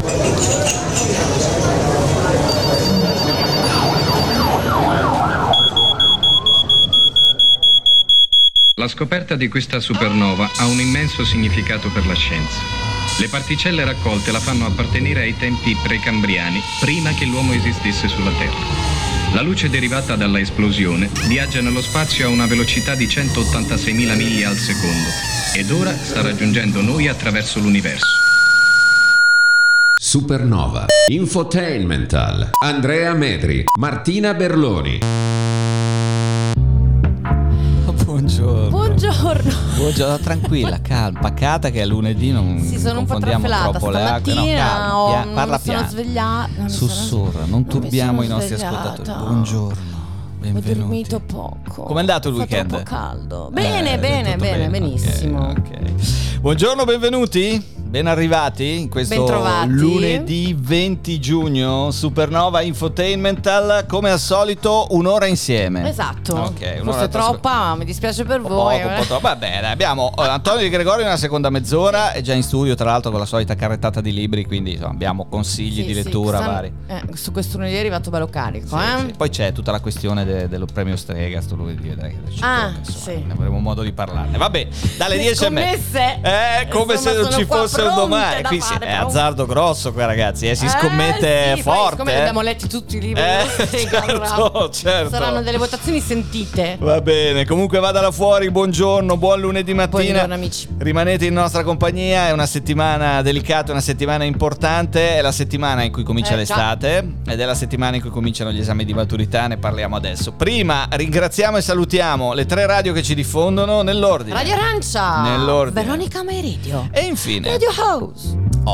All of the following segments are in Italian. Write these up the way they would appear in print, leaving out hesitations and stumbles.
La scoperta di questa supernova ha un immenso significato per la scienza. Le particelle raccolte la fanno appartenere ai tempi precambriani, prima che l'uomo esistesse sulla Terra. La luce derivata dalla esplosione viaggia nello spazio a una velocità di 186.000 miglia al secondo ed ora sta raggiungendo noi attraverso l'universo. Supernova, Infotainmental, Andrea Medri, Martina Berloni. Buongiorno, tranquilla, calma, pacata che è lunedì, non sono un po' confondiamo troppo le acque. No, parla piano. Sono svegliata. Sussurra, non turbiamo i nostri ascoltatori. Buongiorno, benvenuti. Ho dormito poco. Com'è andato il weekend? Troppo caldo. Bene, benissimo. Okay. Buongiorno, benvenuti. Ben arrivati in questo lunedì 20 giugno, Supernova Infotainmental, come al solito un'ora insieme. Esatto, okay, forse troppa, ma mi dispiace per voi. Un po' troppo. Va bene, abbiamo Antonio Di Gregorio nella seconda mezz'ora, è già in studio tra l'altro con la solita carrettata di libri, quindi insomma, abbiamo consigli di lettura vari. Su questo lunedì è arrivato bello carico. Sì. Poi c'è tutta la questione dello premio Strega, sto lunedì, vedrai che ne avremo modo di parlarne. Vabbè, dalle 10:30. Come se non ci fosse un domani. Qui è azzardo grosso qua, ragazzi, si scommette forte. Come abbiamo letti tutti i libri certo. Saranno delle votazioni sentite. Va bene, comunque vada là fuori, buongiorno, buon lunedì mattina. Buongiorno amici. Rimanete in nostra compagnia, è una settimana delicata, una settimana importante, è la settimana in cui comincia l'estate ed è la settimana in cui cominciano gli esami di maturità, ne parliamo adesso. Prima ringraziamo e salutiamo le 3 radio che ci diffondono nell'ordine. Radio Arancia, nell'ordine, Veronica Meridio e infine Radio House,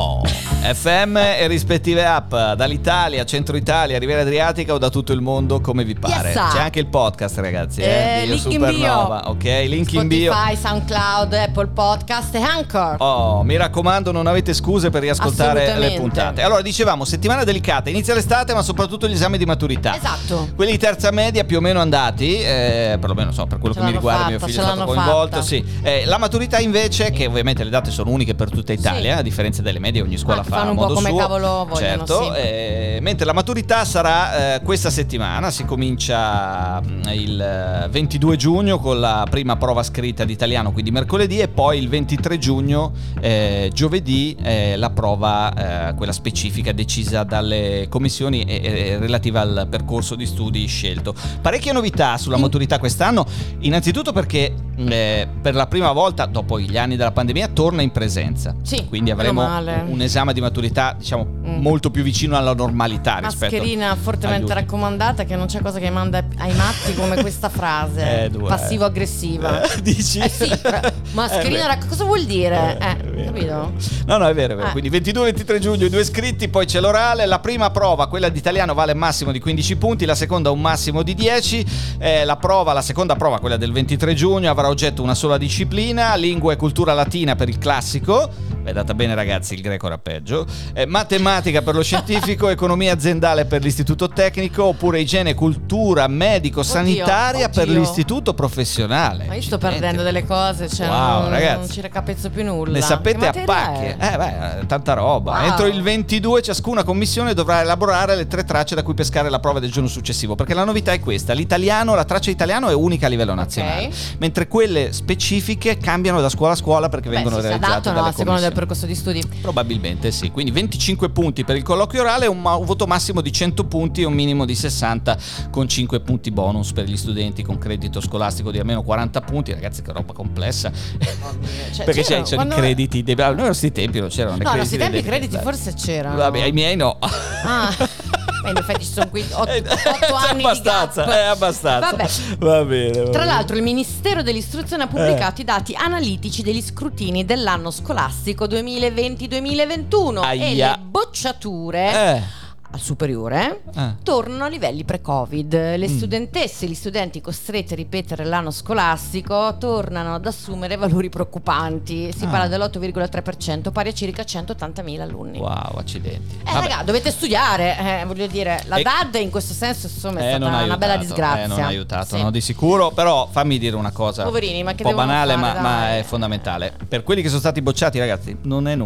FM e rispettive app dall'Italia, Centro Italia, Riviera Adriatica o da tutto il mondo, come vi pare. C'è anche il podcast, ragazzi, di link Supernova, in bio. Ok, link in bio. Spotify, SoundCloud, Apple Podcast e Anchor. Mi raccomando, non avete scuse per riascoltare le puntate. Allora, dicevamo, settimana delicata, inizia l'estate, ma soprattutto gli esami di maturità. Esatto. Quelli di terza media più o meno andati, perlomeno per quello che mi riguarda, mio figlio è stato coinvolto. Sì. La maturità invece, che ovviamente le date sono uniche per tutta Italia, a differenza delle medie, ogni scuola fa fanno un modo po' come suo. cavolo vogliono, certo, mentre la maturità sarà questa settimana, si comincia il 22 giugno con la prima prova scritta di italiano, quindi mercoledì, e poi il 23 giugno giovedì la prova quella specifica decisa dalle commissioni relativa al percorso di studi scelto. Parecchie novità sulla maturità quest'anno, innanzitutto perché per la prima volta dopo gli anni della pandemia torna in presenza, quindi avremo un esame di maturità molto più vicino alla normalità rispetto mascherina fortemente raccomandata, che non c'è cosa che manda ai matti come questa frase passivo-aggressiva. Dici? Sì, mascherina cosa vuol dire? Capito? No, è vero. Quindi 22-23 giugno i 2 iscritti, poi c'è l'orale. La prima prova, quella di italiano, vale un massimo di 15 punti, la seconda un massimo di 10. La seconda prova, quella del 23 giugno, avrà oggetto una sola disciplina: lingua e cultura latina per il classico. È andata bene, ragazzi, il greco era peggio. Matematica per lo scientifico, economia aziendale per l'istituto tecnico, oppure igiene, cultura, medico, sanitaria per l'istituto professionale. Ma io sto perdendo delle cose, ragazzi, non ci racapezzo più nulla. Ne sapete a pacche? Tanta roba. Wow. Entro il 22 ciascuna commissione dovrà elaborare le 3 tracce da cui pescare la prova del giorno successivo, perché la novità è questa: la traccia italiano è unica a livello nazionale, mentre quelle specifiche cambiano da scuola a scuola perché vengono realizzate dalle commissioni. Del percorso di studi? Probabilmente sì. Quindi 25 punti per il colloquio orale, un voto massimo di 100 punti e un minimo di 60 con 5 punti bonus per gli studenti con credito scolastico di almeno 40 punti. Ragazzi, che roba complessa. Perché c'erano i crediti noi ai nostri tempi non c'erano ai nostri tempi i crediti forse c'erano. Vabbè, ai miei no. In effetti ci sono qui 8 anni abbastanza, di gap. Abbastanza. Vabbè. Va bene. Tra l'altro il Ministero dell'Istruzione ha pubblicato i dati analitici degli scrutini dell'anno scolastico 2020-2021 e le bocciature al superiore tornano a livelli pre-Covid. Le studentesse e gli studenti costretti a ripetere l'anno scolastico tornano ad assumere valori preoccupanti. Si parla dell'8,3%, pari a circa 180.000 alunni. Wow, accidenti. Raga, dovete studiare, voglio dire, la DAD in questo senso insomma è stata una bella disgrazia. Non ha aiutato, no, di sicuro. Però fammi dire una cosa, poverini, ma che un po' banale, fare, ma è fondamentale. Per quelli che sono stati bocciati, ragazzi, non è nulla.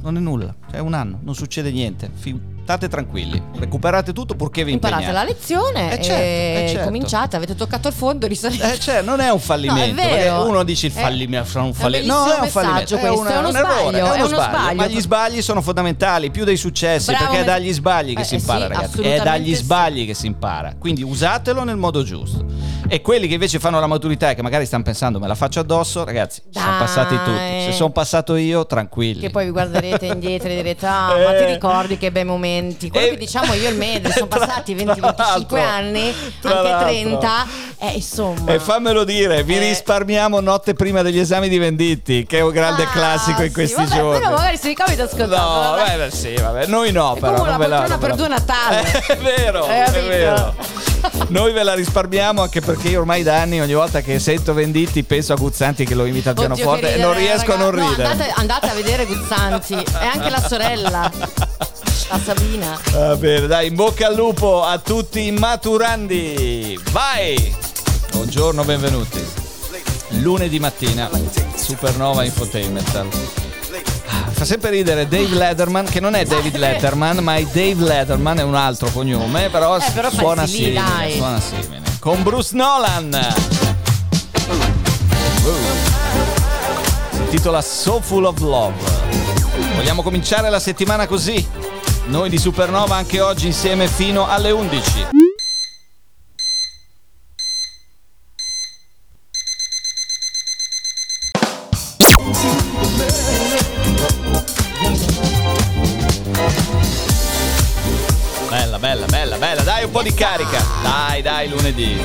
non è nulla, cioè un anno, non succede niente. State tranquilli, recuperate tutto purché vi impegnate. Imparate la lezione certo. Cominciate, avete toccato il fondo, risalite. Non è un fallimento, no, è vero. uno dice il fallimento, no, è un fallimento, è uno sbaglio. Ma gli sbagli sono fondamentali più dei successi, perché è dagli sbagli che si impara, ragazzi. È dagli sbagli che si impara. Quindi usatelo nel modo giusto. E quelli che invece fanno la maturità e che magari stanno pensando me la faccio addosso, ragazzi, sono passati tutti. Se sono passato io, tranquilli. Che poi vi guarderete indietro e direte ma ti ricordi che bei momenti. Quello che diciamo io e il Medri, sono passati 20-25 anni, anche 30, insomma. E fammelo dire, vi risparmiamo Notte prima degli esami di Venditti, che è un grande classico in questi giorni. Però magari se vi capita ascoltando. No, sì, vabbè, noi no, però. Come una poltrona per 2 Natale. È vero. Noi ve la risparmiamo, anche perché io ormai da anni, ogni volta che sento Venditti, penso a Guzzanti che lo imita al pianoforte e non riesco a non ridere. No, andate a vedere Guzzanti, e anche la sorella, la Sabina. Va bene, dai, in bocca al lupo a tutti i maturandi. Vai! Buongiorno, benvenuti. Lunedì mattina, Supernova Infotainment. Fa sempre ridere Dave Letterman, che non è David Letterman, ma è Dave Letterman, è un altro cognome, però suona simile, con Bruce Nolan. Si intitola So Full of Love. Vogliamo cominciare la settimana così? Noi di Supernova anche oggi insieme fino alle 11. Bella, dai un po' di carica. Dai, lunedì.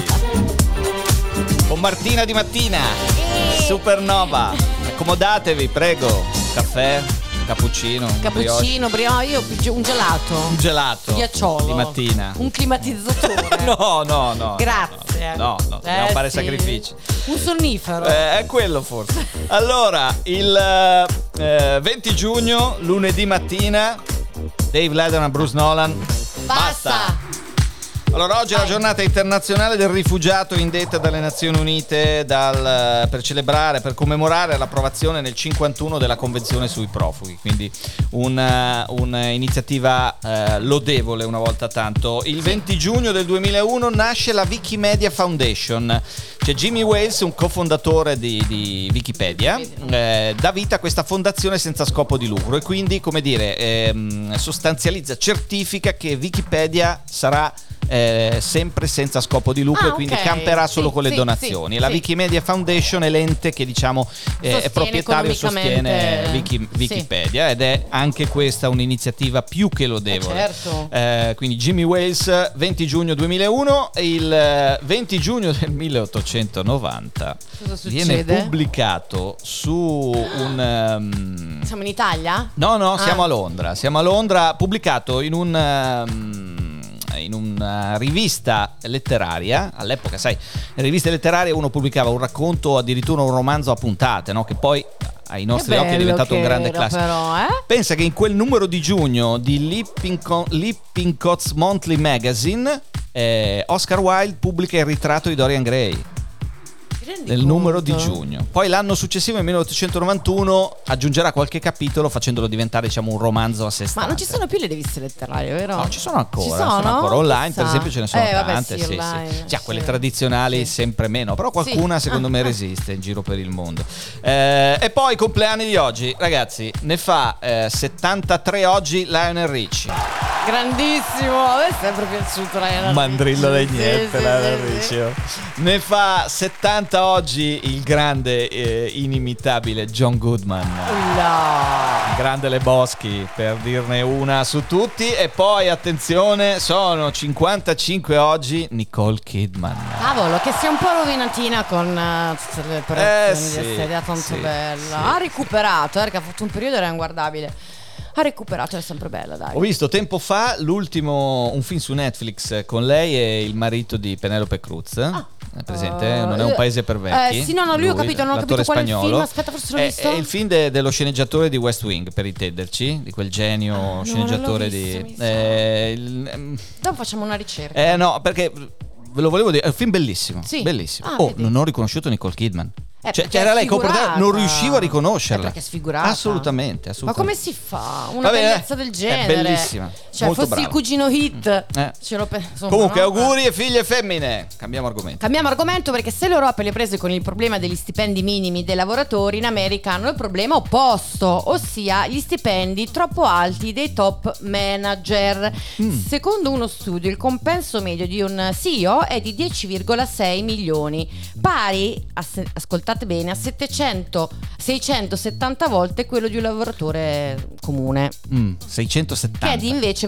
Con Martina di mattina. Supernova. Accomodatevi, prego. Caffè, cappuccino, brioche, io un gelato. Ghiacciolo. Di mattina. Un climatizzatore. No. Grazie. No, dobbiamo fare sacrifici. Un sonnifero. È quello forse. Allora, il 20 giugno, lunedì mattina, Dave Letterman, Bruce Nolan. Basta. Allora, oggi è la giornata internazionale del rifugiato indetta dalle Nazioni Unite per celebrare, per commemorare l'approvazione nel 51 della Convenzione sui profughi, quindi un'iniziativa lodevole una volta tanto. Il 20 giugno del 2001 nasce la Wikimedia Foundation. C'è Jimmy Wales, un cofondatore di Wikipedia, dà vita a questa fondazione senza scopo di lucro e quindi, come dire, sostanzializza, certifica che Wikipedia sarà sempre senza scopo di lucro e quindi camperà solo con le donazioni. La Wikimedia Foundation è l'ente che è proprietario e sostiene Wikipedia ed è anche questa un'iniziativa più che lodevole. Certo. Quindi Jimmy Wales, 20 giugno 2001, il 20 giugno del 1890 viene pubblicato su un... Siamo in Italia? No, siamo a Londra, pubblicato in una rivista letteraria. All'epoca, sai, le riviste letterarie uno pubblicava un racconto, addirittura un romanzo a puntate, no? Che poi ai nostri occhi è diventato un grande classico. Però, Pensa che in quel numero di giugno di Lippincott's Monthly Magazine Oscar Wilde pubblica il ritratto di Dorian Gray nel numero di giugno. Poi l'anno successivo, nel 1891, aggiungerà qualche capitolo facendolo diventare, diciamo, un romanzo a sé stante. Ma non ci sono più le riviste letterarie, vero? No, ci sono ancora. Online, per esempio, ce ne sono tante. Sì. Quelle tradizionali sempre meno, però qualcuna secondo me resiste in giro per il mondo. E poi compleanni di oggi, ragazzi, ne fa 73 oggi Lionel Richie. Grandissimo, a me è sempre piaciuto Lionel Mandrillo Richie. dei niente, Lionel Richie. Ne fa 70 oggi il grande inimitabile John Goodman. Grande Lebowski, per dirne una su tutti. E poi attenzione, sono 55 oggi Nicole Kidman. Cavolo, che si è un po' rovinatina con tutte le operazioni di sedia, tanto bella. Ha recuperato, perché ha fatto un periodo era inguardabile. Ha recuperato, è sempre bella, dai. Ho visto tempo fa un film su Netflix con lei e il marito di Penelope Cruz. È presente? Non è un paese per vecchi. Sì, no, lui ho capito, non ho capito qual è il film. Aspetta, forse l'ho visto. È il film dello sceneggiatore di West Wing, per intenderci, di quel genio sceneggiatore Dopo facciamo una ricerca. No, perché ve lo volevo dire, è un film bellissimo. Bellissimo. Non ho riconosciuto Nicole Kidman. Cioè era lei comportata, non riuscivo a riconoscerla. Perché è sfigurata. Assolutamente. Ma come si fa? Una bellezza del genere. È bellissima. Cioè, molto fossi brava. il cugino Hit. Comunque, auguri e figlie femmine. Cambiamo argomento perché se l'Europa le ha prese con il problema degli stipendi minimi dei lavoratori, in America hanno il problema opposto, ossia gli stipendi troppo alti dei top manager. Secondo uno studio, il compenso medio di un CEO è di 10,6 milioni, pari, ascoltate bene, a 670 volte quello di un lavoratore comune. 670. Che è di invece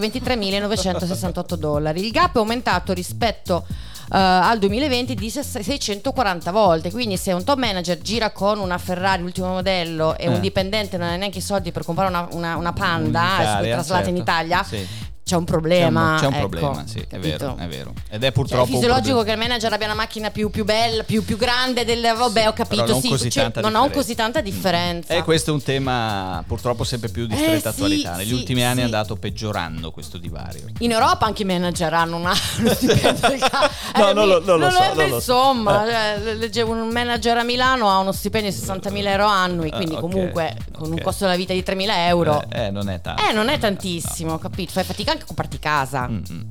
$23.968. Il gap è aumentato rispetto al 2020 di 640 volte. Quindi se un top manager gira con una Ferrari ultimo modello e un dipendente non ha neanche i soldi per comprare una Panda, traslata in Italia, c'è un problema. C'è un problema, sì, è vero. Ed è purtroppo è fisiologico che il manager abbia una macchina più bella, più grande vabbè, ho capito, non sì, non ho così tanta differenza. E questo è un tema purtroppo sempre più di stretta attualità. Negli ultimi anni è andato peggiorando questo divario. In Europa anche i manager hanno uno stipendio non lo so. Insomma, leggevo un manager a Milano ha uno stipendio di 60.000 euro annui, quindi comunque con un costo della vita di 3.000 euro non è tanto. Non è tantissimo, no. Capito? Fai fatica anche a comprarti casa.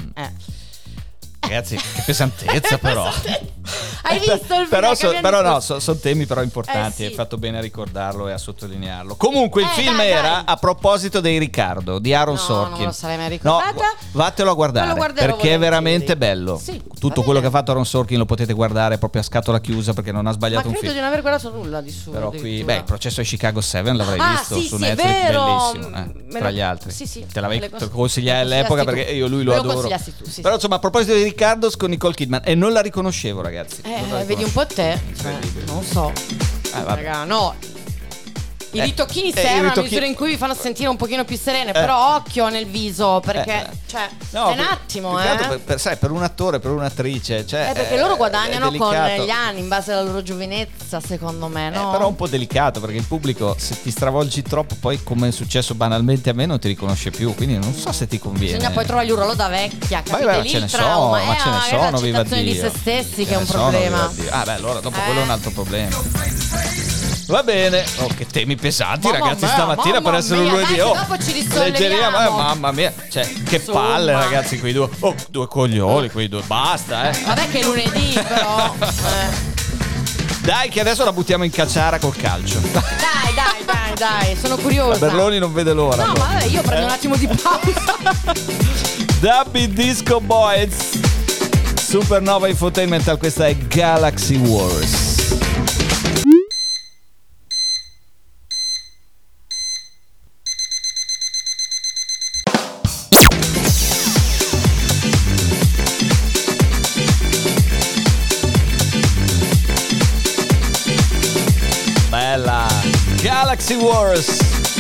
Ragazzi, che pesantezza però. Hai visto il Però sono temi però importanti. Hai fatto bene a ricordarlo e a sottolinearlo. Comunque il film era a proposito dei Riccardo di Aaron Sorkin. Non lo sarei mai ricordata. Vattelo a guardare perché è veramente bello. Tutto quello che ha fatto Aaron Sorkin lo potete guardare proprio a scatola chiusa, perché non ha sbagliato un film. Ma credo di non aver guardato nulla di suo. Però qui il processo di Chicago 7 l'avrai visto su Netflix, bellissimo, tra gli altri. Te l'avevi consigliato all'epoca perché io lui lo adoro. Però insomma, a proposito di Riccardo con Nicole Kidman, e non la riconoscevo, ragazzi. Vedi un po' te, non so. Raga, no. I ritocchini servono a misura in cui vi fanno sentire un pochino più serene, però occhio nel viso, perché è un attimo, per un attore, per un'attrice, perché loro guadagnano con gli anni in base alla loro giovinezza, secondo me, no? Però è un po' delicato, perché il pubblico, se ti stravolgi troppo, poi come è successo banalmente a me, non ti riconosce più, quindi non so se ti conviene. Bisogna poi trovare l'urlo da vecchia, capite? Lì il trauma ma ce ne sono, viva Dio. Di se stessi che è un problema. Allora dopo quello è un altro problema. Va bene. Che temi pesanti, ragazzi, stamattina per essere un lunedì. Dopo ci risolleviamo. Mamma mia, che palle, ragazzi, quei due coglioni, quei due, basta, Vabbè che è lunedì, però. Dai, che adesso la buttiamo in cacciara col calcio. Dai, sono curiosa. Berloni non vede l'ora. No, ma vabbè, io prendo un attimo di pausa. Dubby Disco Boys, Supernova Infotainment, questa è Galaxy Wars. Galaxy Wars,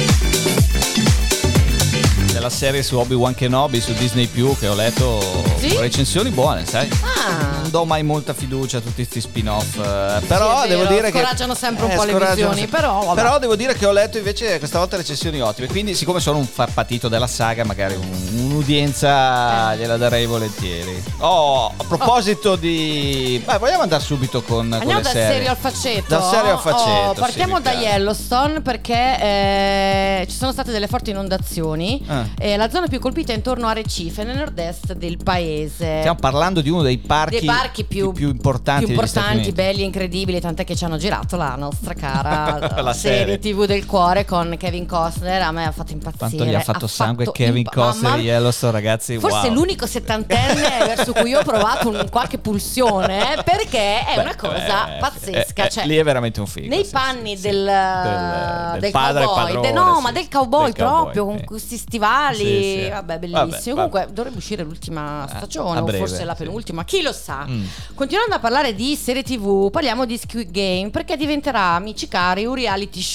della serie su Obi-Wan Kenobi su Disney+, che ho letto recensioni buone, sai? Non do mai molta fiducia a tutti questi spin-off, però devo dire che scoraggiano sempre un po' le visioni, però devo dire che ho letto invece questa volta recensioni ottime, quindi siccome sono un patito della saga, magari un'udienza gliela darei volentieri. A proposito di vogliamo andare subito con le serie. Dal serio al faceto. Partiamo da Yellowstone, perché ci sono state delle forti inondazioni e la zona più colpita è intorno a Recife, nel nord-est del paese. Stiamo parlando di uno dei parchi più importanti, belli e incredibili, tant'è che ci hanno girato la nostra cara la serie TV del cuore con Kevin Costner. A me ha fatto impazzire. Quanto gli ha fatto sangue Kevin Costner di Yellowstone, ragazzi. Forse è l'unico settantenne verso cui io ho provato qualche pulsione, perché è una cosa pazzesca. Cioè, lì è veramente un figo. Nei panni del padre cowboy, padrone, ma del cowboy proprio, con questi stivali. Vabbè, bellissimo. Comunque dovrebbe uscire l'ultima stagione, o forse la penultima, chi lo sa. Continuando a parlare di serie TV, parliamo di Squid Game, perché diventerà, amici cari, un reality show.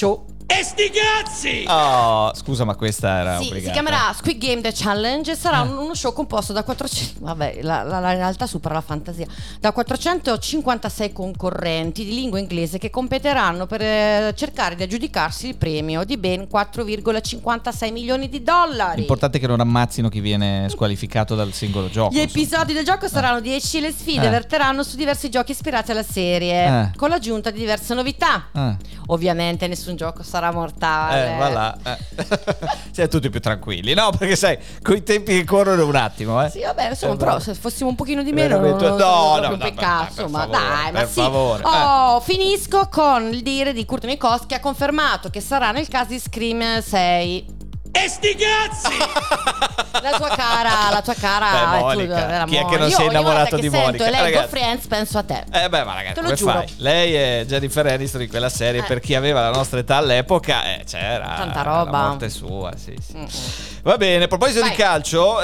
E sti cazzi! Oh, scusa, ma questa era Sì, obbligata. si chiamerà Squid Game The Challenge. Sarà uno show composto da 400. Vabbè, la realtà supera la fantasia. Da 456 concorrenti di lingua inglese che competeranno per cercare di aggiudicarsi il premio di ben 4,56 milioni di dollari. L'importante è che non ammazzino chi viene squalificato dal singolo gioco. Gli episodi del gioco saranno 10 e le sfide verteranno su diversi giochi ispirati alla serie, con l'aggiunta di diverse novità. Ovviamente nessun gioco sarà mortale. Va là. Siamo tutti più tranquilli, no? Perché sai, coi tempi che corrono un attimo, Sì, vabbè, insomma, però se fossimo un pochino di meno no, peccato, ma favore, dai, ma per sì. favore. Finisco con il dire di Courtney che ha confermato che sarà nel caso di Scream 6. E sti cazzi! La tua cara Beh, Monica. Chi è che non io si è innamorato ogni di volta Monica? che sento Ragazzi. Friends penso a te. Beh, ma ragazzi, Te lo come giuro. fai? Lei è Jennifer Aniston di quella serie. Per chi aveva la nostra età all'epoca, c'era tanta roba. la morte sua, sì. Va bene, a proposito di calcio,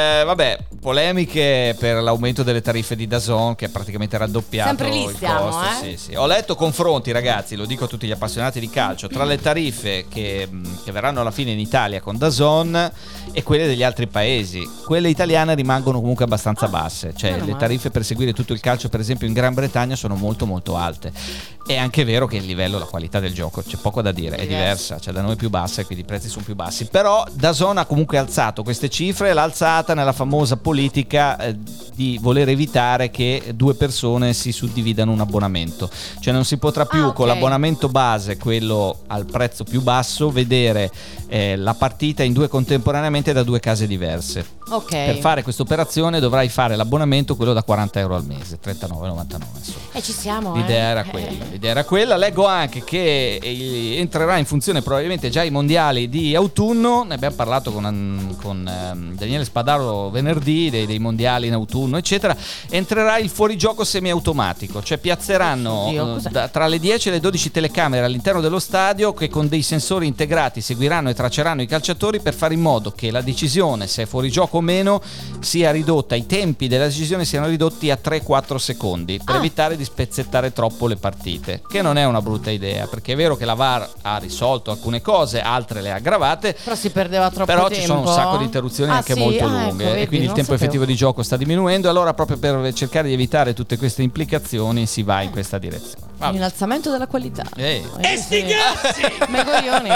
polemiche per l'aumento delle tariffe di DAZN, che è praticamente raddoppiato Sempre lì il stiamo, costo. Sì. Ho letto confronti, ragazzi, lo dico a tutti gli appassionati di calcio, tra le tariffe che verranno alla fine in Italia con DAZN e quelle degli altri paesi. Quelle italiane rimangono comunque abbastanza basse, cioè le tariffe per seguire tutto il calcio, per esempio in Gran Bretagna, sono molto molto alte. È anche vero che il livello, la qualità del gioco, c'è poco da dire, è diversa, cioè da noi è più bassa e quindi i prezzi sono più bassi, però DAZN ha comunque alzato queste cifre, l'ha alzata nella famosa politica di voler evitare che due persone si suddividano un abbonamento, cioè non si potrà più con l'abbonamento base, quello al prezzo più basso, vedere la partita in due contemporaneamente da due case diverse. Per fare questa operazione dovrai fare l'abbonamento, quello da 40 euro al mese, 39,99 E ci siamo. L'idea era quella. Leggo anche che entrerà in funzione probabilmente già i mondiali di autunno. Ne abbiamo parlato con Daniele Spadaro venerdì dei mondiali in autunno, eccetera. Entrerà il fuorigioco semiautomatico, cioè piazzeranno tra le 10 e le 12 telecamere all'interno dello stadio che con dei sensori integrati seguiranno e tracceranno i calciatori per fare in modo che la decisione se è fuorigioco o meno sia ridotta, i tempi della decisione siano ridotti a 3-4 secondi per evitare di spezzettare troppo le partite, che non è una brutta idea, perché è vero che la VAR ha risolto alcune cose, altre le ha aggravate, però si perdeva troppo però tempo. Ci sono un sacco di interruzioni anche molto lunghe, e quindi il tempo effettivo di gioco sta diminuendo, allora proprio per cercare di evitare tutte queste implicazioni si va in questa direzione. L'innalzamento della qualità. E sti cazzi! Megoglioni.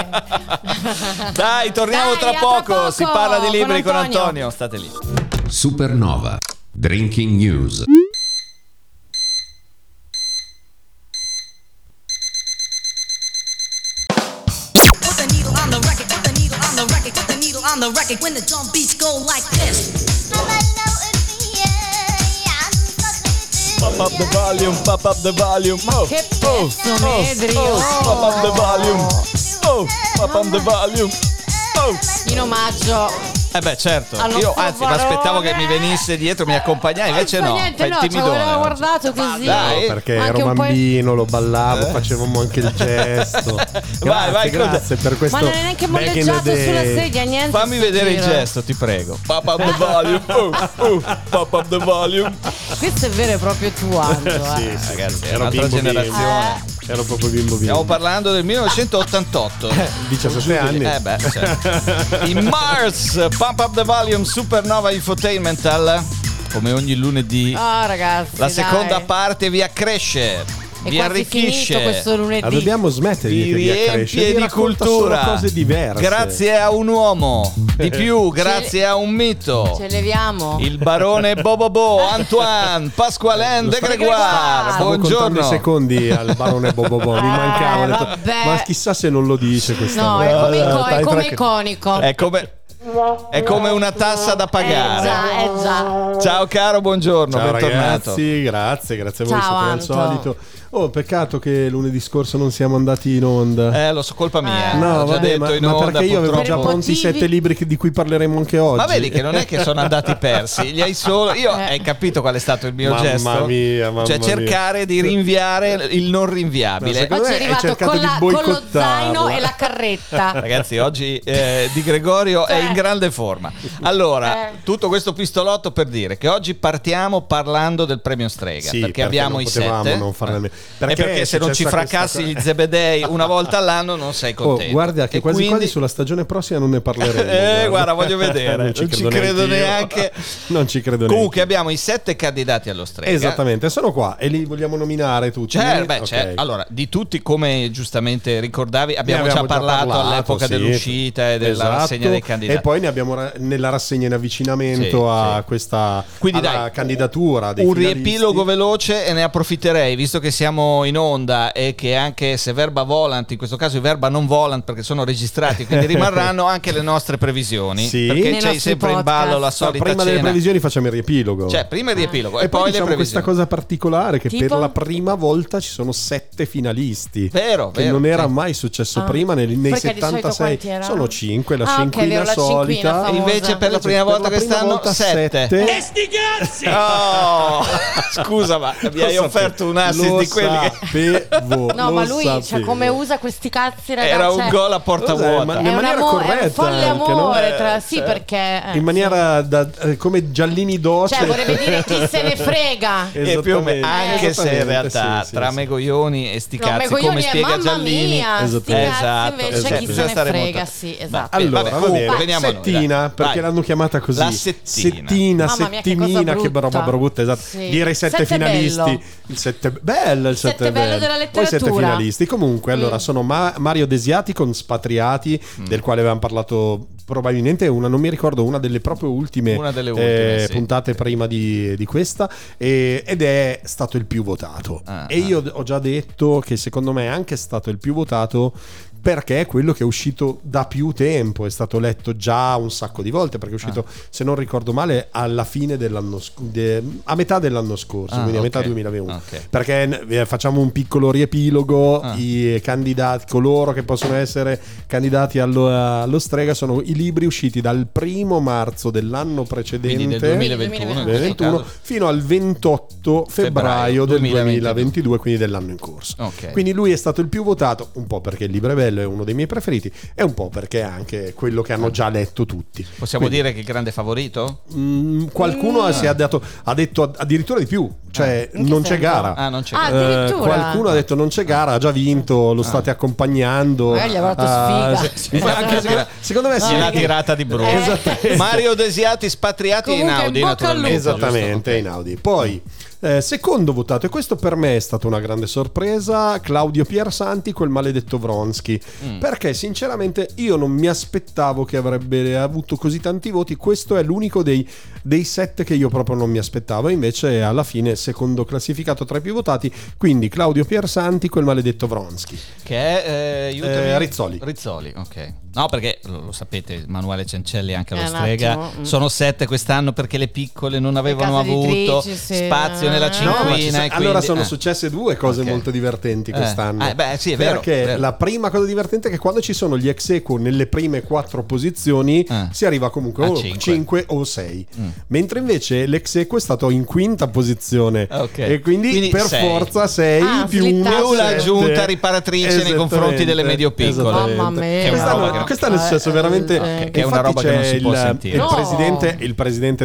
Dai, torniamo tra poco. Si parla di libri con Antonio. State lì. Supernova Drinking News. Put the needle on the record, put the needle on the record, put the needle on the record when the drum beats go like this. Pop up the volume, pop up the volume. Oh, che pezzo, Medri. Pop up the volume. Oh, pop up the volume. Oh. In omaggio. Certo, io anzi mi aspettavo che mi venisse dietro, mi accompagnavi, invece no, niente, fai il no, ci timidone. avevo guardato così. Dai. Perché Anche ero un po' bambino, lo ballavo, facevamo anche il gesto. Grazie per questo. Ma non è neanche back in the molleggiato day. sulla sedia, niente. Fammi vedere il gesto, ti prego. Pop up the volume. Pop up the volume. Questo è vero e proprio tuo, Angelo. Sì, Ragazzi, è ero un'altra bimbo generazione. Ero proprio bimbo. Stiamo parlando del 1988. 17 anni. Certo. In Mars, Pump Up the Volume, Supernova Infotainmental. Come ogni lunedì, ragazzi, la seconda dai. parte vi accresce, È vi quasi arricchisce, finito questo lunedì. Ma dobbiamo smettere vi di riempie di racconta cultura. solo cose diverse. Grazie a un uomo, di più, grazie a un mito. Ce leviamo. Il barone Bobobo, Antoine Pasqualen de Gregoire. Stavo contando i Buongiorno. secondi al barone Bobobo, mi mancava. Ho detto, vabbè. ma chissà se non lo dice questa No, volta. è come iconico. È come una tassa da pagare. Già. Ciao caro, buongiorno, Ciao bentornato. ragazzi, grazie a voi, Ciao, siete al Anto. solito. Oh, peccato che lunedì scorso non siamo andati in onda. Lo so, colpa mia. No, L'ho già vabbè, detto in ma onda, perché io avevo purtroppo. già pronti motivi- 7 libri di cui parleremo anche oggi. Ma vedi che non è che sono andati persi, li hai solo. Io hai capito qual è stato il mio Mamma gesto? mia, cioè cercare di rinviare il non rinviabile. secondo Oggi è me hai arrivato cercato con, di con lo boicottarla. zaino e la carretta. Ragazzi, oggi Di Gregorio è in in grande forma. Allora, tutto questo pistolotto per dire che oggi partiamo parlando del premio Strega, sì, perché abbiamo i 7. Non farne perché se non ci fracassi gli Zebedei una volta all'anno non sei contento. Guarda che quasi sulla stagione prossima non ne parleremo. Guarda, voglio vedere. non ci credo neanche. Non ci credo Comunque neanche. abbiamo i 7 candidati allo Strega. Esattamente, sono qua e li vogliamo nominare tutti. Allora, di tutti, come giustamente ricordavi, abbiamo già parlato all'epoca dell'uscita e della rassegna dei candidati. E poi ne abbiamo nella rassegna in avvicinamento a questa candidatura dei un finalisti. Riepilogo veloce, e ne approfitterei, visto che siamo in onda e che anche se verba volant, in questo caso i verba non volant perché sono registrati, quindi rimarranno anche le nostre previsioni, perché c'è sempre in ballo la solita prima cena. delle previsioni facciamo il riepilogo, prima il riepilogo e poi le diciamo previsioni. Questa cosa particolare che tipo? per la prima volta ci sono 7 finalisti, vero, non era mai successo prima nei 76. Sono 5, la cinquina solita, e invece per la prima volta quest'anno 7. E sti cazzi! Scusa, ma mi hai offerto un assist di quelli che no, ma lui come usa questi cazzi, ragazzi, era un gol a porta vuota, ma in maniera corretta, è un folle amore anche, perché in maniera come Giallini Doce, vorrebbe dire chi se ne frega, e più o meno, anche se in realtà tra Megoglioni e sti cazzi, come spiega Giallini, esatto, invece chi se ne frega, esatto. Allora, veniamo settina, perché l'hanno chiamata così, la settimina, che roba brutta, esatto. Dire 7 finalisti, il 7 bello della letteratura, poi 7 finalisti. Comunque, allora sono Mario Desiati con Spatriati, del quale avevamo parlato probabilmente non mi ricordo, una delle proprio ultime puntate prima di questa, ed è stato il più votato. Io ho già detto che secondo me è anche stato il più votato perché è quello che è uscito da più tempo, è stato letto già un sacco di volte, perché è uscito, se non ricordo male, alla fine dell'anno a metà dell'anno scorso, quindi a metà 2021. Perché facciamo un piccolo riepilogo, i candidati, coloro che possono essere candidati allo Strega sono i libri usciti dal 1 marzo dell'anno precedente, quindi del 2021 fino al 28 febbraio del 2022, quindi dell'anno in corso. Quindi lui è stato il più votato, un po' perché il libro è bello, è uno dei miei preferiti, e un po' perché è anche quello che hanno già letto tutti. Possiamo dire che è il grande favorito? Qualcuno ha detto addirittura di più, cioè non c'è gara. Non c'è gara. Qualcuno ha detto non c'è gara, ha già vinto, lo state accompagnando. Gli ha dato sfiga. Secondo me sì, la tirata di Bruno. Mario Desiati Spatriati in Audi, naturalmente. Esattamente, in Audi. Poi secondo votato, e questo per me è stata una grande sorpresa, Claudio Piersanti col maledetto Vronsky, perché sinceramente io non mi aspettavo che avrebbe avuto così tanti voti. Questo è l'unico dei 7 che io proprio non mi aspettavo, e invece alla fine secondo classificato tra i più votati, quindi Claudio Piersanti col maledetto Vronsky, che è Rizzoli, ok. No, perché lo sapete, Manuele Cencelli anche allo Strega, sono 7 quest'anno perché le piccole non avevano avuto spazio nella cinquina. Allora sono successe 2 cose molto divertenti quest'anno. Sì, è vero, perché la prima cosa divertente è che quando ci sono gli ex aequo nelle prime 4 posizioni si arriva comunque o 5 o 6, mentre invece l'ex aequo è stato in quinta posizione, e quindi per 6. Forza 6 più una giunta riparatrice nei confronti delle medio piccole. Mamma mia, quest'anno è successo veramente, che è una roba che non si può sentire. Il presidente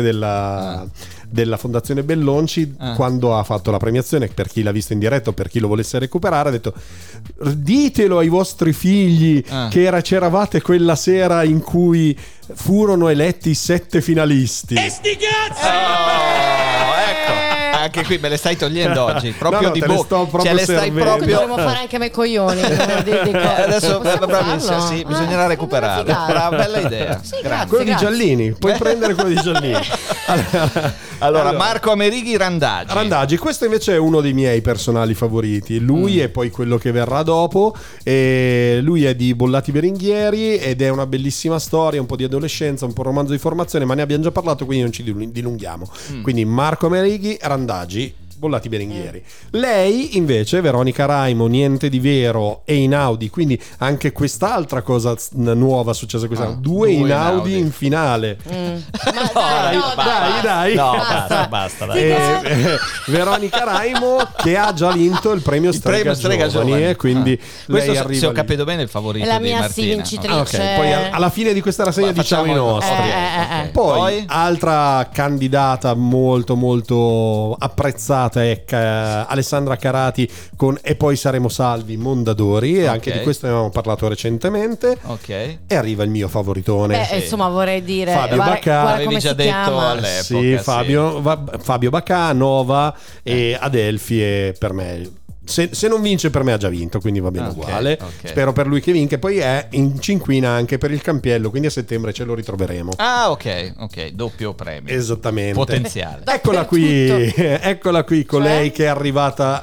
della Fondazione Bellonci, quando ha fatto la premiazione, per chi l'ha visto in diretta o per chi lo volesse recuperare, ha detto: ditelo ai vostri figli che c'eravate quella sera in cui furono eletti 7 finalisti. E sti cazzi! Ecco, anche qui me le stai togliendo oggi, proprio di bocca, le stai proprio. Dovremmo fare anche me coglioni. Adesso sì, bisognerà recuperare. Brava, bella idea. Quello di Giallini, puoi prendere quello di Giallini. Allora, Marco Amerighi Randagi, questo invece è uno dei miei personali favoriti. Lui e poi quello che verrà dopo. E lui è di Bollati Berenghieri ed è una bellissima storia, un po' di adolescenza, un po' romanzo di formazione, ma ne abbiamo già parlato, quindi non ci dilunghiamo. Quindi Marco Amerighi Randagi bollati berenghieri. Lei invece, Veronica Raimo, niente di vero, e Einaudi, quindi anche quest'altra cosa nuova successa quest'anno, due Einaudi in finale. Dai. No, basta. Veronica Raimo che ha già vinto il premio Strega Giovani, e quindi questo, lei arriva, se ho capito bene, il favorito è la di mia Martina. vincitrice. Ok, poi alla fine di questa rassegna diciamo i nostri. Poi altra candidata molto molto apprezzata è Alessandra Carati con E poi saremo salvi, Mondadori, e anche di questo ne avevamo parlato recentemente. Ok. E arriva il mio favoritone. Insomma, vorrei dire Fabio Bacà. Avevi già detto all'epoca. Sì, Fabio Bacà, Nova e Adelphi, e per me se non vince, per me ha già vinto, quindi va bene uguale. Spero per lui che vinca. Poi è in cinquina anche per il Campiello, quindi a settembre ce lo ritroveremo. Ok, doppio premio. Esattamente. Potenziale. Eccola qui, colei che è arrivata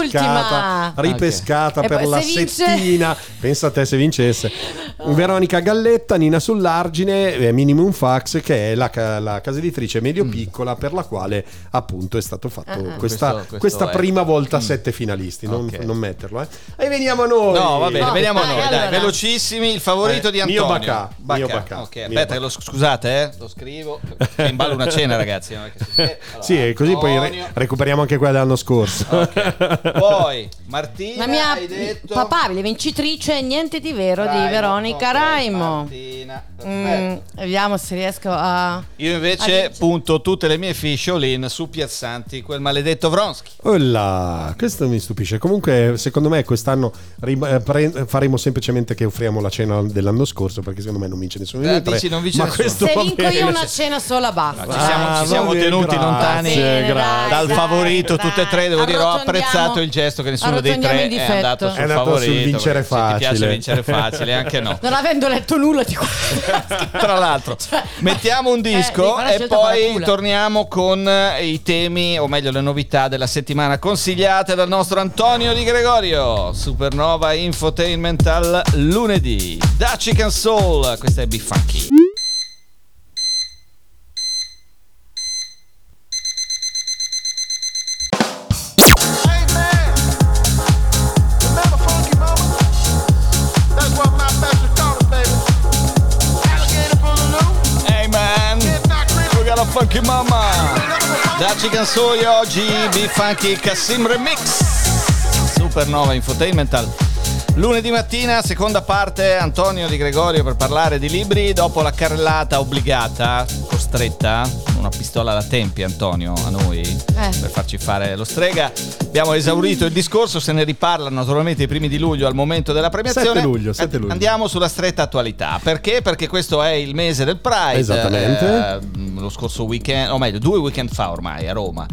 ripescata per la settina. Pensa a te se vincesse. Veronica Galletta, Nina Sull'Argine, Minimum Fax, che è la casa editrice medio-piccola per la quale appunto è stato fatto questa prima volta 7 finalisti. Non metterlo, E veniamo a noi. No, va bene, veniamo a noi. Dai, velocissimi. Il favorito di Antonio. Mio Bacà. Ok, aspetta, scusate, lo scrivo. In ballo una cena, ragazzi. Sì, così poi recuperiamo anche quella dell'anno scorso. Poi Martina, la mia hai detto papabile vincitrice, niente di vero, di Veronica Raimo. Martina, vediamo se riesco a. Io invece punto tutte le mie fiche all-in su Piazzanti, quel maledetto Vronsky. Questo mi stupisce. Comunque secondo me quest'anno faremo semplicemente che offriamo la cena dell'anno scorso, perché secondo me non vince nessuno di noi tre. Non vince nessuno. Se vinco io una cena sola basta. Ci siamo tenuti lontani dal favorito tutte e tre. Devo dire, ho apprezzato il gesto che nessuno dei tre è andato sul favorito. Sul vincere facile. Ti piace vincere facile, anche no. Non avendo letto nulla di Tra l'altro, mettiamo un disco e poi torniamo con i temi, o meglio le novità della settimana consigliate dal nostro Antonio Di Gregorio. Supernova Infotainment al lunedì. Da Chicken Soul, questa è Be Funky. Funky Mama da Chicken Soul oggi, Be Funky Kassim Remix, Supernova Infotainmental. Lunedì mattina, seconda parte, Antonio Di Gregorio per parlare di libri dopo la carrellata obbligata, costretta, una pistola alla tempi Antonio a noi per farci fare lo strega. Abbiamo esaurito il discorso, se ne riparla naturalmente i primi di luglio al momento della premiazione. 7 luglio. Andiamo sulla stretta attualità. Perché? Perché questo è il mese del Pride. Esattamente. Lo scorso weekend, o meglio 2 weekend fa ormai a Roma.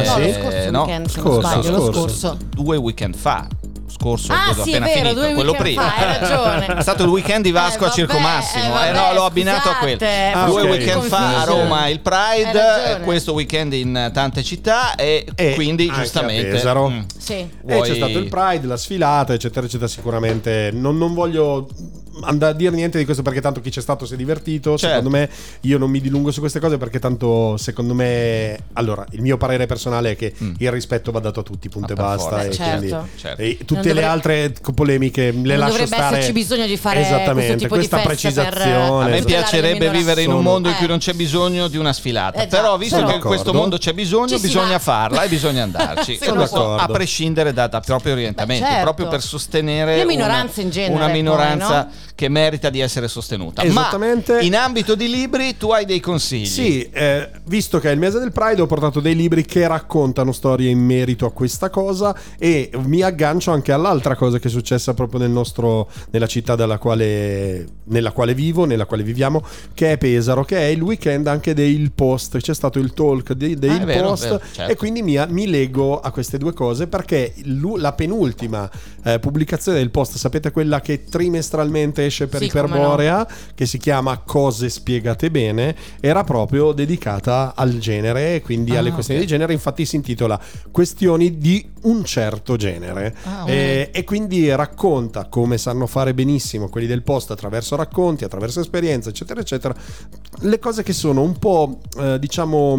Lo scorso. 2 weekend fa. Scorso, sì, appena è vero, finito, quello prima. Hai ragione. È stato il weekend di Vasco a Circo Massimo. No, l'ho abbinato a quello. 2 weekend fa a Roma il Pride, questo weekend in tante città e quindi giustamente a Pesaro. Sì. E c'è stato il Pride, la sfilata, eccetera, eccetera. Sicuramente non voglio andare a dire niente di questo, perché tanto chi c'è stato si è divertito. Certo. Secondo me, io non mi dilungo su queste cose, perché tanto secondo me, allora, il mio parere personale è che il rispetto va dato a tutti, punto e basta. E certo. quindi tutte le altre polemiche le lascio stare. Non dovrebbe esserci bisogno di fare questo tipo questa di precisazione. A me piacerebbe vivere in un mondo in cui non c'è bisogno di una sfilata, però visto che in questo mondo c'è bisogno, bisogna farla e bisogna andarci. Questo a prescindere da propri orientamenti, proprio per sostenere le minoranze in genere, una minoranza che merita di essere sostenuta. Esattamente. Ma in ambito di libri tu hai dei consigli? Sì, visto che è il mese del Pride, ho portato dei libri che raccontano storie in merito a questa cosa, e mi aggancio anche all'altra cosa che è successa proprio nella città nella quale viviamo, che è Pesaro, che è il weekend anche del Post. C'è stato il talk del Post, vero, certo. E quindi mi leggo a queste due cose, perché la penultima pubblicazione del Post, sapete, quella che trimestralmente esce per Iperborea, che si chiama Cose spiegate bene, era proprio dedicata al genere, quindi alle questioni di genere. Infatti si intitola Questioni di un certo genere, e quindi racconta, come sanno fare benissimo quelli del Post, attraverso racconti, attraverso esperienze, eccetera eccetera, le cose che sono un po' diciamo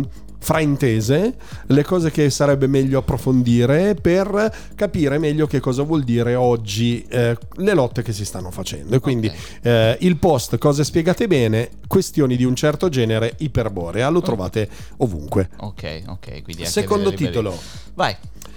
fraintese, le cose che sarebbe meglio approfondire per capire meglio che cosa vuol dire oggi le lotte che si stanno facendo. E quindi il post Cose spiegate bene, questioni di un certo genere, Iperborea, lo trovate ovunque. Ok, quindi anche secondo titolo. Vai.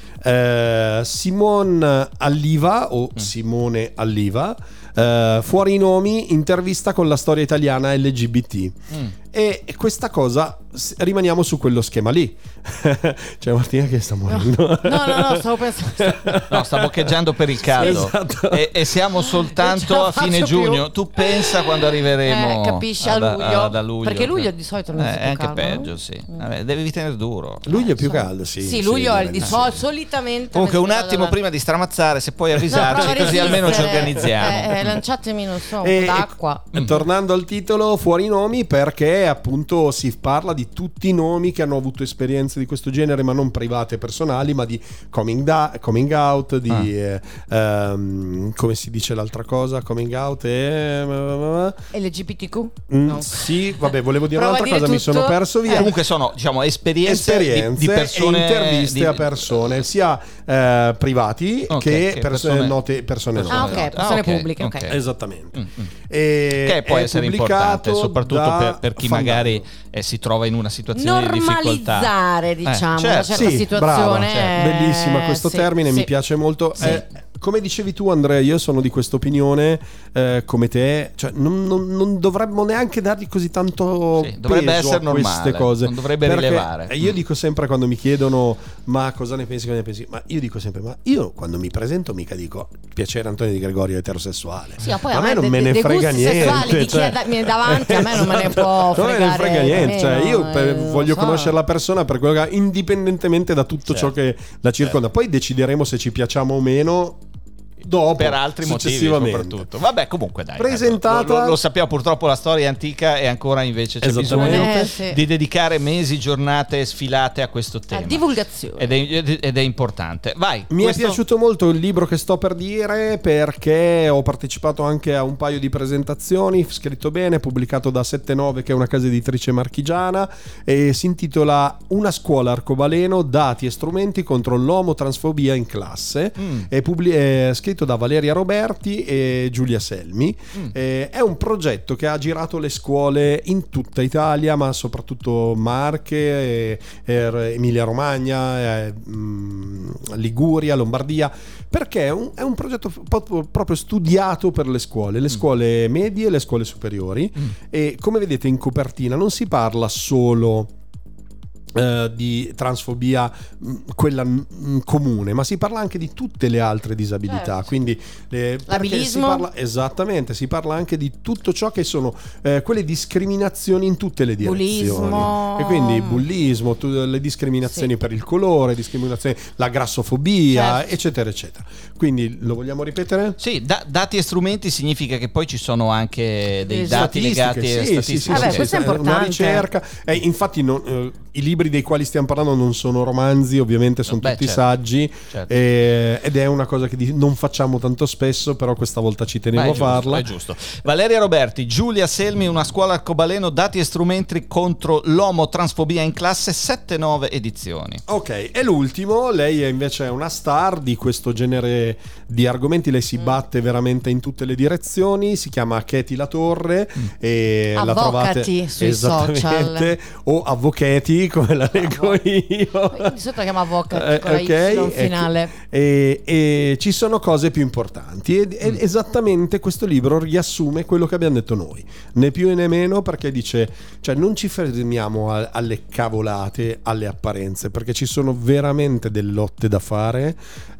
Simone Alliva o Simone Alliva, fuori i nomi, intervista con la storia italiana LGBT. E questa cosa, rimaniamo su quello schema lì. C'è Martina che sta morendo. No, stavo pensando. No, sta boccheggiando per il caldo. Esatto. E siamo soltanto a fine giugno. Più. Tu pensa quando arriveremo capisci, a luglio. Perché luglio di solito non è anche caldo, peggio, no? sì. Vabbè, devi tenere duro. Luglio è più caldo, sì. Sì, luglio è di solitamente. Comunque un attimo prima di stramazzare, se puoi avvisarci, così almeno ci organizziamo. Lanciatemi, non so, un po' d'acqua. Tornando al titolo, fuori i nomi, perché appunto si parla di tutti i nomi che hanno avuto esperienze di questo genere, ma non private e personali, ma di coming out, di come si dice l'altra cosa, coming out e LGBTQ? No. Sì, vabbè, volevo dire un'altra cosa, mi sono perso via. Comunque sono, diciamo, esperienze di persone, e interviste a persone sia privati che persone note. Persone pubbliche. Okay. Esattamente. Che può essere importante, soprattutto per chi magari si trova in una situazione di difficoltà. Normalizzare, diciamo, una certa situazione. Brava, bellissima questo termine, mi piace molto. Come dicevi tu, Andrea, io sono di questa opinione come te, cioè non dovremmo neanche dargli così tanto dovrebbe peso essere a queste normale, cose, non dovrebbe rilevare. Io dico sempre, quando mi chiedono ma cosa ne pensi, ma io dico sempre, ma io quando mi presento mica dico piacere Antonio Di Gregorio eterosessuale. Sì, poi a me non me ne frega niente, di chi è davanti a me non me ne può fregare. Non me ne frega niente, cioè io voglio conoscere la persona per quello che, indipendentemente da tutto ciò che la circonda. Poi decideremo se ci piacciamo o meno dopo, per altri motivi soprattutto. Vabbè, comunque dai, presentata, lo sappiamo, purtroppo la storia è antica e ancora invece c'è bisogno di dedicare mesi, giornate, sfilate a questo tema, divulgazione, ed è importante. Vai. Mi è piaciuto molto il libro che sto per dire, perché ho partecipato anche a un paio di presentazioni, scritto bene, pubblicato da 7-9, che è una casa editrice marchigiana, e si intitola Una scuola arcobaleno, dati e strumenti contro l'omotransfobia in classe. È scritto da Valeria Roberti e Giulia Selmi. È un progetto che ha girato le scuole in tutta Italia, ma soprattutto Marche, Emilia Romagna, Liguria, Lombardia, perché è un progetto proprio studiato per le scuole medie e le scuole superiori. E come vedete in copertina non si parla solo di transfobia, quella comune, ma si parla anche di tutte le altre disabilità, quindi l'abilismo, si parla anche di tutto ciò che sono quelle discriminazioni in tutte le direzioni, e quindi bullismo, le discriminazioni per il colore, discriminazioni, la grassofobia, eccetera eccetera. Quindi lo vogliamo ripetere? Sì, dati e strumenti significa che poi ci sono anche dei dati legati a statistiche. Questo è importante. Una ricerca, infatti i libri dei quali stiamo parlando non sono romanzi, ovviamente sono tutti saggi, ed è una cosa che non facciamo tanto spesso, però questa volta ci tenevo a farla. È giusto. Valeria Roberti, Giulia Selmi, Una scuola arcobaleno, dati e strumenti contro l'omotransfobia in classe, 7-9 edizioni. Ok, e l'ultimo, lei invece è una star di questo genere di argomenti, lei si batte veramente in tutte le direzioni, si chiama Katie Latorre e la trovate sui social, o Avvocati come la leggo io. Di solito la chiamo Avvocati con la Y finale. E ci sono cose più importanti ed esattamente questo libro riassume quello che abbiamo detto noi, né più né meno, perché dice, cioè non ci fermiamo alle cavolate, alle apparenze, perché ci sono veramente delle lotte da fare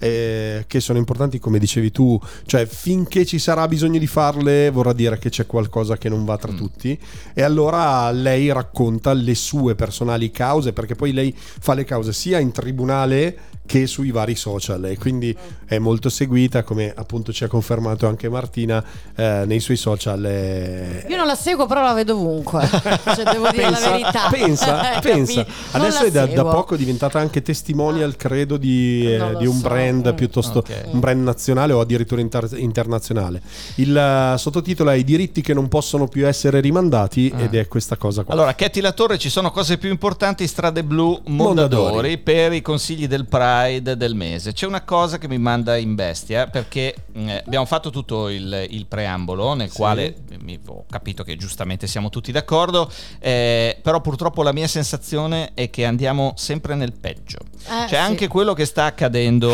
che sono importanti, come dicevi tu, cioè finché ci sarà bisogno di farle vorrà dire che c'è qualcosa che non va tra tutti, e allora lei racconta le sue personali cause, perché poi lei fa le cause sia in tribunale che sui vari social, e quindi è molto seguita, come appunto ci ha confermato anche Martina nei suoi social. Io non la seguo, però la vedo ovunque, cioè, devo dire la verità. Pensa. Adesso è da poco diventata anche testimonial, credo, di un brand piuttosto un brand nazionale o addirittura internazionale. Il sottotitolo è I diritti che non possono più essere rimandati, ed è questa cosa qua. Allora, Katie Latorre, ci sono cose più importanti, Strade Blu Mondadori per i consigli del Pride del mese. C'è una cosa che mi manda in bestia, perché abbiamo fatto tutto il preambolo nel quale ho capito che giustamente siamo tutti d'accordo, però purtroppo la mia sensazione è che andiamo sempre nel peggio. Cioè anche quello che sta accadendo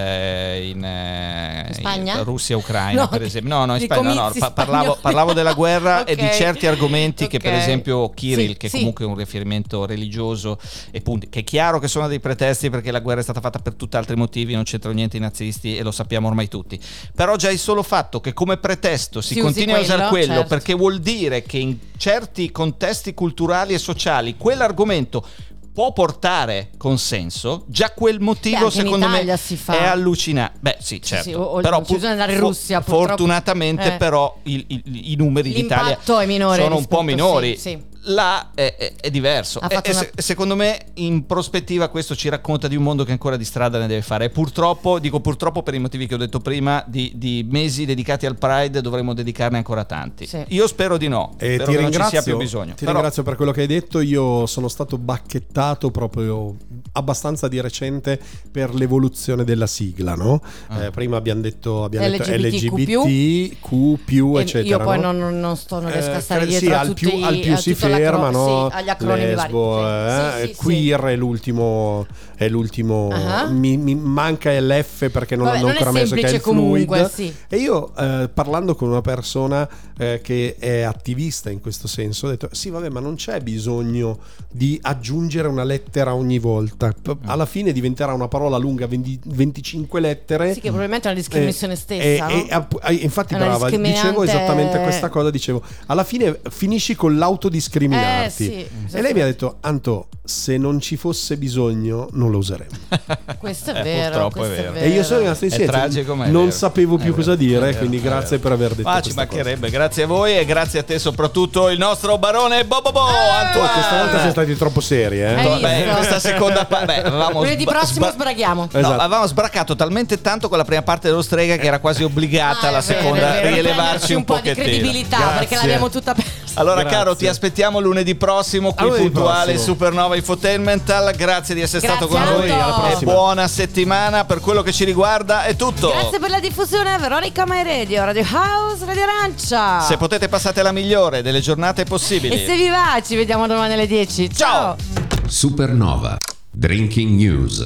in Spagna? In Russia-Ucraina, per esempio. No, in Spagna parlavo della guerra e di certi argomenti che per esempio Kirill, che comunque è un riferimento religioso, e punti, che è chiaro che sono dei pretesti perché la guerra è stata fatta per tutt'altri motivi, non c'entrano niente i nazisti e lo sappiamo ormai tutti, però già il solo fatto che come pretesto si continui a usare quello, perché vuol dire che in certi contesti culturali e sociali quell'argomento può portare consenso, già quel motivo secondo me è allucinante. Beh sì, certo, però bisogna andare in Russia, fortunatamente però i numeri d'Italia sono un po' minori. Là è diverso secondo me in prospettiva questo ci racconta di un mondo che ancora di strada ne deve fare, e purtroppo per i motivi che ho detto prima, di mesi dedicati al Pride dovremmo dedicarne ancora tanti. Io spero di no, spero che non ci sia più bisogno. Ringrazio per quello che hai detto. Io sono stato bacchettato proprio abbastanza di recente per l'evoluzione della sigla, no? Prima abbiamo detto LGBTQ+, eccetera. Io poi non riesco a stare dietro a tutti, al più si fermano, agli acronimi lesbo, queer è l'ultimo, mi manca l'F perché non hanno ancora messo, che è il fluid. E io parlando con una persona che è attivista in questo senso, ho detto sì vabbè, ma non c'è bisogno di aggiungere una lettera ogni volta, alla fine diventerà una parola lunga 25 lettere, che probabilmente è una discriminazione stessa, infatti brava, dicevo esattamente questa cosa, dicevo alla fine finisci con l'autodiscriminazione. E lei mi ha detto: Anto, se non ci fosse bisogno non lo useremo. Questo è vero, purtroppo è vero. E io sono rimasto in silenzio, non sapevo più cosa dire, quindi grazie per aver detto ci mancherebbe, grazie a voi e grazie a te soprattutto, il nostro barone Bobobo Antoine. Questa volta siete stati troppo seri, questa seconda parte lunedì prossimo sbraghiamo. No, avevamo sbraccato talmente tanto con la prima parte dello Strega che era quasi obbligata la seconda rielevarci un po' di credibilità, perché l'abbiamo tutta persa. Allora caro, ti aspettiamo lunedì prossimo qui puntuale Supernova Infotainmental. Grazie di essere stato con noi e buona settimana. Per quello che ci riguarda è tutto. Grazie per la diffusione, Veronica My Radio, Radio House, Radio Arancia. Se potete passate la migliore delle giornate possibili. E se vi va ci vediamo domani alle 10. Ciao. Supernova Drinking News.